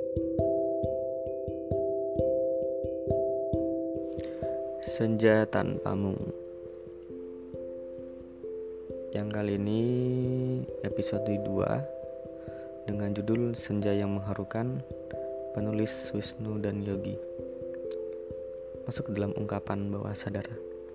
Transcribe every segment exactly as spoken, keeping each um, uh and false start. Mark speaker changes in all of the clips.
Speaker 1: Senja tanpamu. Yang kali ini episode dua dengan judul Senja yang Mengharukan, penulis Wisnu dan Yogi. Masuk ke dalam ungkapan bawah sadar.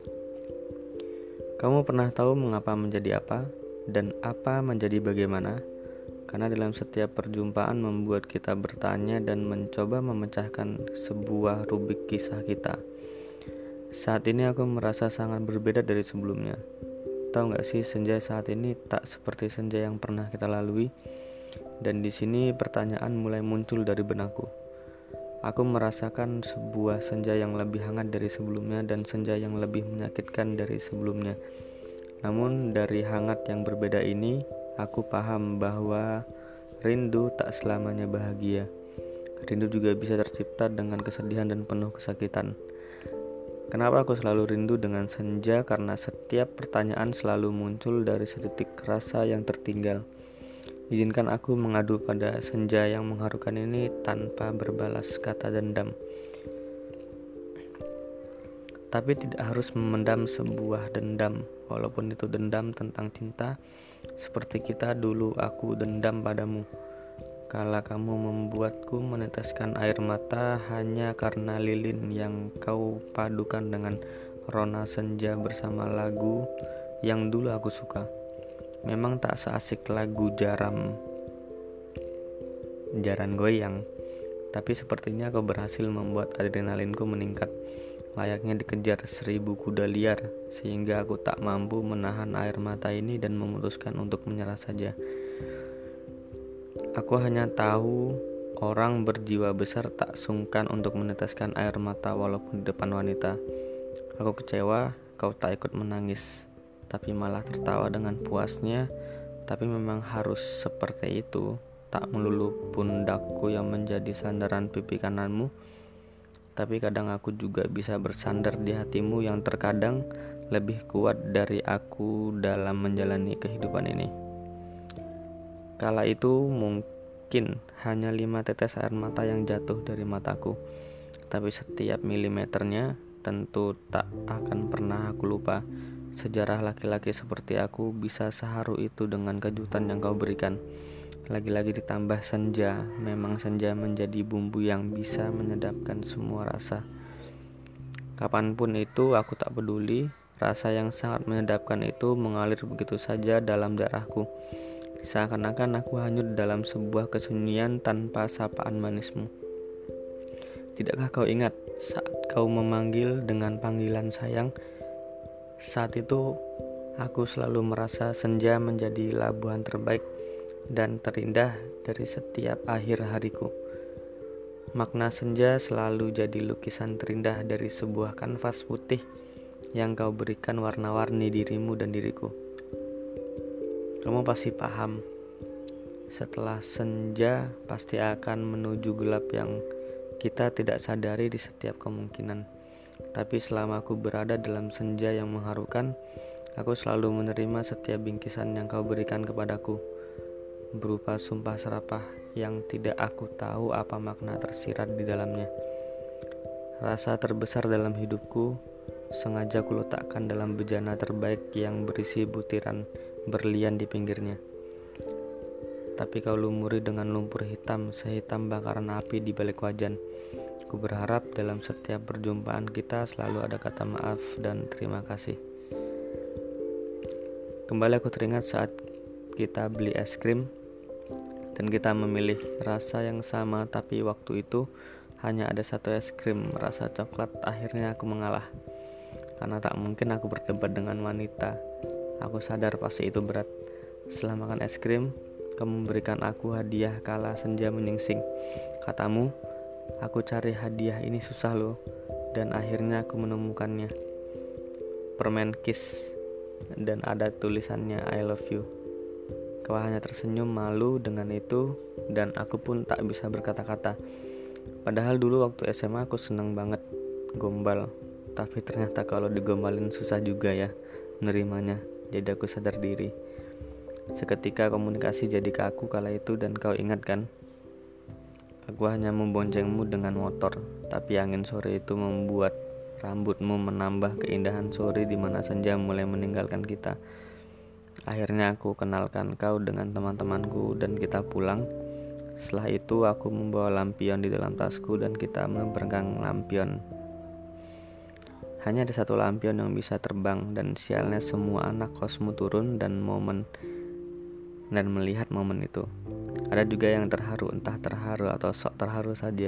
Speaker 1: Kamu pernah tahu mengapa menjadi apa dan apa menjadi bagaimana? Karena dalam setiap perjumpaan membuat kita bertanya dan mencoba memecahkan sebuah rubik kisah kita. Saat ini aku merasa sangat berbeda dari sebelumnya. Tahu gak sih, senja saat ini tak seperti senja yang pernah kita lalui. Dan di sini pertanyaan mulai muncul dari benakku. Aku merasakan sebuah senja yang lebih hangat dari sebelumnya dan senja yang lebih menyakitkan dari sebelumnya. Namun dari hangat yang berbeda ini, aku paham bahwa rindu tak selamanya bahagia. Rindu juga bisa tercipta dengan kesedihan dan penuh kesakitan. Kenapa aku selalu rindu dengan senja? Karena setiap pertanyaan selalu muncul dari setitik rasa yang tertinggal. Izinkan aku mengadu pada senja yang mengharukan ini tanpa berbalas kata dendam. Tapi tidak harus memendam sebuah dendam, walaupun itu dendam tentang cinta, seperti kita dulu aku dendam padamu. Kala kamu membuatku meneteskan air mata hanya karena lilin yang kau padukan dengan rona senja bersama lagu yang dulu aku suka. Memang tak seasik lagu jaram jaran goyang, tapi sepertinya kau berhasil membuat adrenalinku meningkat, layaknya dikejar seribu kuda liar, sehingga aku tak mampu menahan air mata ini dan memutuskan untuk menyerah saja. Aku hanya tahu orang berjiwa besar tak sungkan untuk meneteskan air mata walaupun di depan wanita. Aku kecewa kau tak ikut menangis, tapi malah tertawa dengan puasnya. Tapi memang harus seperti itu. Tak melulu pundakku yang menjadi sandaran pipi kananmu, tapi kadang aku juga bisa bersandar di hatimu yang terkadang lebih kuat dari aku dalam menjalani kehidupan ini. Kala itu mungkin hanya lima tetes air mata yang jatuh dari mataku, tapi setiap milimeternya tentu tak akan pernah aku lupa. Sejarah laki-laki seperti aku bisa seharu itu dengan kejutan yang kau berikan. Lagi-lagi ditambah senja, memang senja menjadi bumbu yang bisa menyedapkan semua rasa. Kapanpun itu aku tak peduli, rasa yang sangat menyedapkan itu mengalir begitu saja dalam darahku. Seakan-akan aku hanyut dalam sebuah kesunyian tanpa sapaan manismu. Tidakkah kau ingat saat kau memanggil dengan panggilan sayang? Saat itu aku selalu merasa senja menjadi labuhan terbaik dan terindah dari setiap akhir hariku. Makna senja selalu jadi lukisan terindah dari sebuah kanvas putih yang kau berikan warna-warni dirimu dan diriku. Kamu pasti paham, setelah senja pasti akan menuju gelap yang kita tidak sadari di setiap kemungkinan. Tapi selama aku berada dalam senja yang mengharukan, aku selalu menerima setiap bingkisan yang kau berikan kepadaku, berupa sumpah serapah yang tidak aku tahu apa makna tersirat di dalamnya. Rasa terbesar dalam hidupku sengaja kuletakkan dalam bejana terbaik yang berisi butiran berlian di pinggirnya. Tapi kau lumuri dengan lumpur hitam sehitam bakaran api di balik wajan. Ku berharap dalam setiap perjumpaan kita selalu ada kata maaf dan terima kasih. Kembali aku teringat saat kita beli es krim dan kita memilih rasa yang sama, tapi waktu itu hanya ada satu es krim rasa coklat. Akhirnya aku mengalah, karena tak mungkin aku berdebat dengan wanita. Aku sadar pasti itu berat. Setelah makan es krim, kamu memberikan aku hadiah kala senja menyingsing. Katamu, aku cari hadiah ini susah loh, dan akhirnya aku menemukannya. Permen Kiss, dan ada tulisannya I love you. Kau hanya tersenyum malu dengan itu, dan aku pun tak bisa berkata-kata. Padahal dulu waktu S M A aku senang banget gombal, tapi ternyata kalau digombalin susah juga ya menerimanya. Jadi aku sadar diri. Seketika komunikasi jadi kaku kala itu, dan kau ingat kan? Aku hanya memboncengmu dengan motor, tapi angin sore itu membuat rambutmu menambah keindahan sore di mana senja mulai meninggalkan kita. Akhirnya aku kenalkan kau dengan teman-temanku dan kita pulang. Setelah itu aku membawa lampion di dalam tasku dan kita menerbangkan lampion. Hanya ada satu lampion yang bisa terbang dan sialnya semua anak kosmu turun dan momen dan melihat momen itu. Ada juga yang terharu, entah terharu atau sok terharu saja.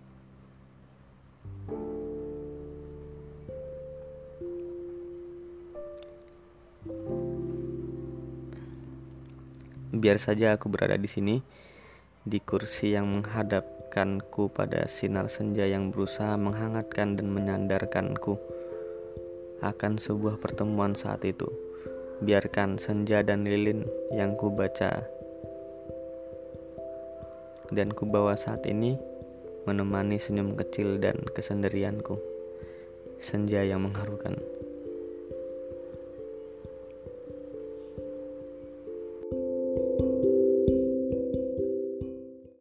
Speaker 1: Biar saja aku berada di sini, di kursi yang menghadapkanku pada sinar senja yang berusaha menghangatkan dan menyandarkanku akan sebuah pertemuan saat itu. Biarkan senja dan lilin yang ku baca dan ku bawa saat ini menemani senyum kecil dan kesendirianku. Senja yang mengharukan.